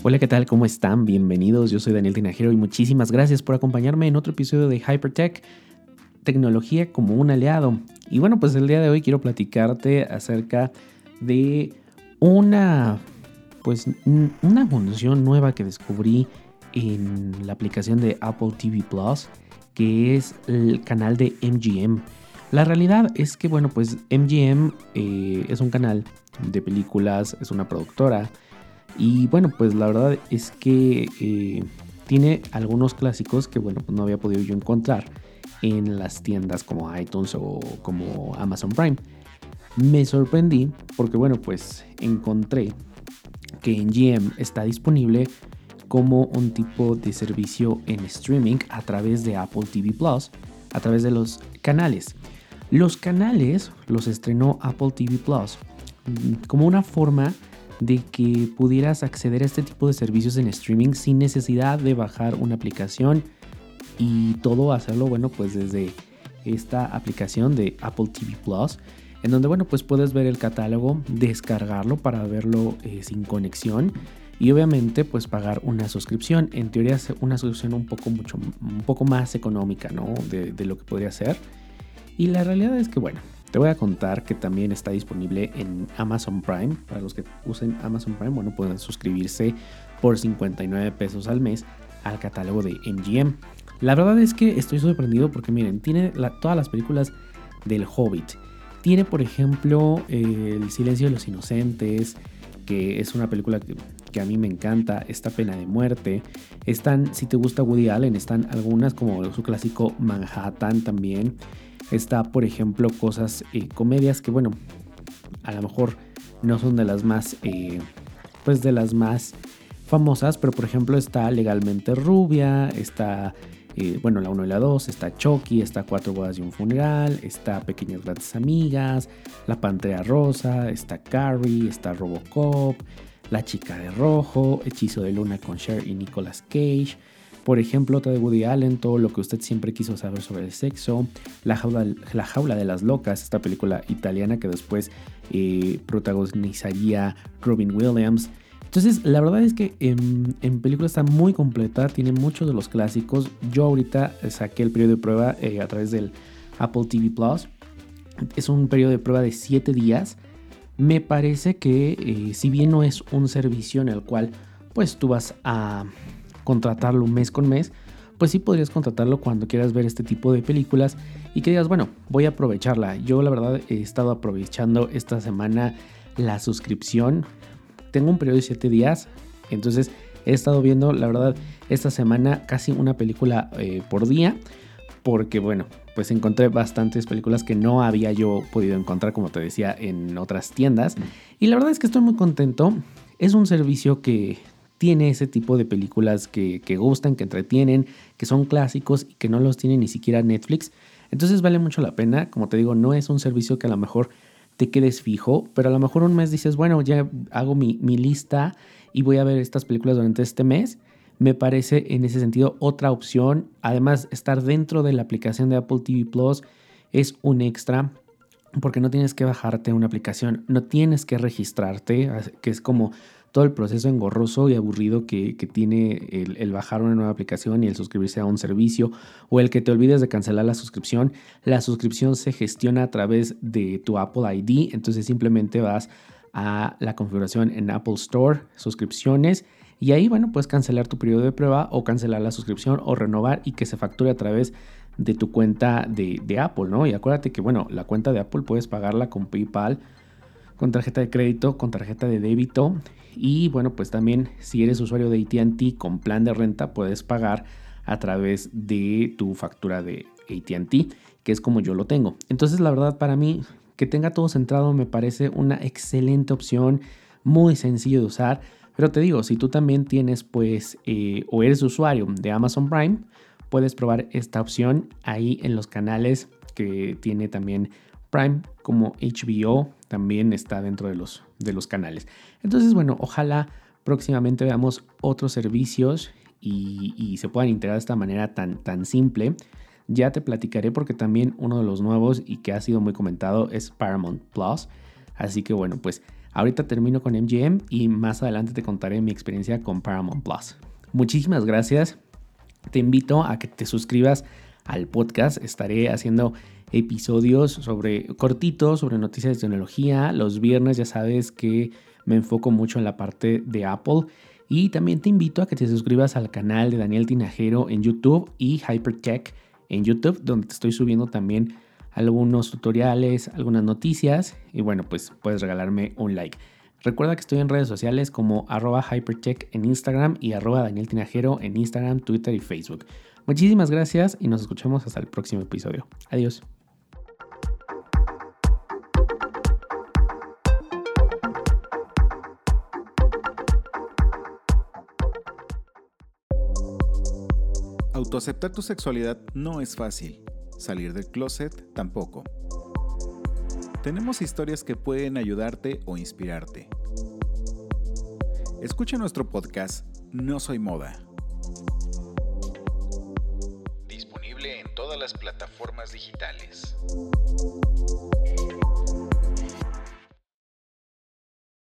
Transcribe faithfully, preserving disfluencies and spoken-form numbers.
Hola, ¿qué tal? ¿Cómo están? Bienvenidos, yo soy Daniel Tinajero y muchísimas gracias por acompañarme en otro episodio de Hypertech, tecnología como un aliado. Y bueno, pues el día de hoy quiero platicarte acerca de una, pues, una función nueva que descubrí en la aplicación de Apple T V Plus, que es el canal de M G M. La realidad es que, bueno, pues M G M eh, es un canal de películas, es una productora. Y bueno, pues la verdad es que eh, tiene algunos clásicos que, bueno, pues no había podido yo encontrar en las tiendas como iTunes o como Amazon Prime. Me sorprendí porque, bueno, pues encontré que M G M está disponible como un tipo de servicio en streaming a través de Apple T V Plus, a través de los canales. Los canales los estrenó Apple T V Plus como una forma de que pudieras acceder a este tipo de servicios en streaming sin necesidad de bajar una aplicación y todo hacerlo, bueno, pues desde esta aplicación de Apple T V Plus, en donde, bueno, pues puedes ver el catálogo, descargarlo para verlo eh, sin conexión y obviamente pues pagar una suscripción. En teoría es una suscripción un poco, mucho, un poco más económica, ¿no? De, de lo que podría ser. Y la realidad es que, bueno, te voy a contar que también está disponible en Amazon Prime. Para los que usen Amazon Prime, bueno, pueden suscribirse por cincuenta y nueve pesos al mes al catálogo de M G M. La verdad es que estoy sorprendido porque, miren, tiene la, todas las películas del Hobbit. Tiene, por ejemplo, eh, El silencio de los inocentes, que es una película que, que a mí me encanta. Está Pena de muerte. Están, si te gusta Woody Allen, están algunas como su clásico Manhattan también. Está, por ejemplo, cosas, eh, comedias que, bueno, a lo mejor no son de las más, eh, pues de las más famosas, pero por ejemplo está Legalmente Rubia, está, eh, bueno, la uno y la dos, está Chucky, está Cuatro bodas y un funeral, está Pequeñas grandes amigas, La Pantera Rosa, está Carrie, está Robocop, La chica de rojo, Hechizo de luna con Cher y Nicolas Cage. Por ejemplo, otra de Woody Allen, Todo lo que usted siempre quiso saber sobre el sexo, La jaula, la jaula de las locas, esta película italiana que después eh, protagonizaría Robin Williams. Entonces, la verdad es que en, en película está muy completa, tiene muchos de los clásicos. Yo ahorita saqué el periodo de prueba eh, a través del Apple T V Plus. Es un periodo de prueba de siete días. Me parece que eh, si bien no es un servicio en el cual pues tú vas a contratarlo mes con mes, pues sí podrías contratarlo cuando quieras ver este tipo de películas y que digas, bueno, voy a aprovecharla. Yo la verdad he estado aprovechando esta semana la suscripción. Tengo un periodo de siete días, entonces he estado viendo, la verdad, esta semana casi una película eh, por día, porque bueno, pues encontré bastantes películas que no había yo podido encontrar, como te decía, en otras tiendas. Y la verdad es que estoy muy contento. Es un servicio que tiene ese tipo de películas que, que gustan, que entretienen, que son clásicos y que no los tiene ni siquiera Netflix. Entonces vale mucho la pena. Como te digo, no es un servicio que a lo mejor te quedes fijo, pero a lo mejor un mes dices, bueno, ya hago mi, mi lista y voy a ver estas películas durante este mes. Me parece en ese sentido otra opción. Además, estar dentro de la aplicación de Apple T V Plus es un extra porque no tienes que bajarte una aplicación, no tienes que registrarte, que es como todo el proceso engorroso y aburrido que, que tiene el, el bajar una nueva aplicación y el suscribirse a un servicio, o el que te olvides de cancelar la suscripción. La suscripción se gestiona a través de tu Apple I D, entonces simplemente vas a la configuración en Apple Store, suscripciones, y ahí, bueno, puedes cancelar tu periodo de prueba o cancelar la suscripción o renovar y que se facture a través de tu cuenta de, de Apple, ¿no? Y acuérdate que, bueno, la cuenta de Apple puedes pagarla con PayPal, con tarjeta de crédito, con tarjeta de débito. Y bueno, pues también si eres usuario de A T and T con plan de renta, puedes pagar a través de tu factura de A T and T, que es como yo lo tengo. Entonces, la verdad, para mí, que tenga todo centrado me parece una excelente opción, muy sencillo de usar. Pero te digo, si tú también tienes, pues, eh, o eres usuario de Amazon Prime, puedes probar esta opción ahí en los canales que tiene también Prime, como H B O, también está dentro de los, de los canales. Entonces, bueno, ojalá próximamente veamos otros servicios y, y se puedan integrar de esta manera tan, tan simple. Ya te platicaré porque también uno de los nuevos y que ha sido muy comentado es Paramount Plus. Así que bueno, pues Ahorita termino con M G M y más adelante te contaré mi experiencia con Paramount Plus. Muchísimas gracias. Te invito a que te suscribas al podcast. Estaré haciendo episodios sobre cortitos sobre noticias de tecnología. Los viernes ya sabes que me enfoco mucho en la parte de Apple. Y también te invito a que te suscribas al canal de Daniel Tinajero en YouTube y Hypertech en YouTube, donde te estoy subiendo también algunos tutoriales, algunas noticias. Y bueno, pues puedes regalarme un like. Recuerda que estoy en redes sociales como arroba Hypertech en Instagram y arroba Daniel Tinajero en Instagram, Twitter y Facebook. Muchísimas gracias y nos escuchamos hasta el próximo episodio. Adiós. Autoaceptar tu sexualidad no es fácil. Salir del closet tampoco. Tenemos historias que pueden ayudarte o inspirarte. Escucha nuestro podcast No Soy Moda. Disponible en todas las plataformas digitales.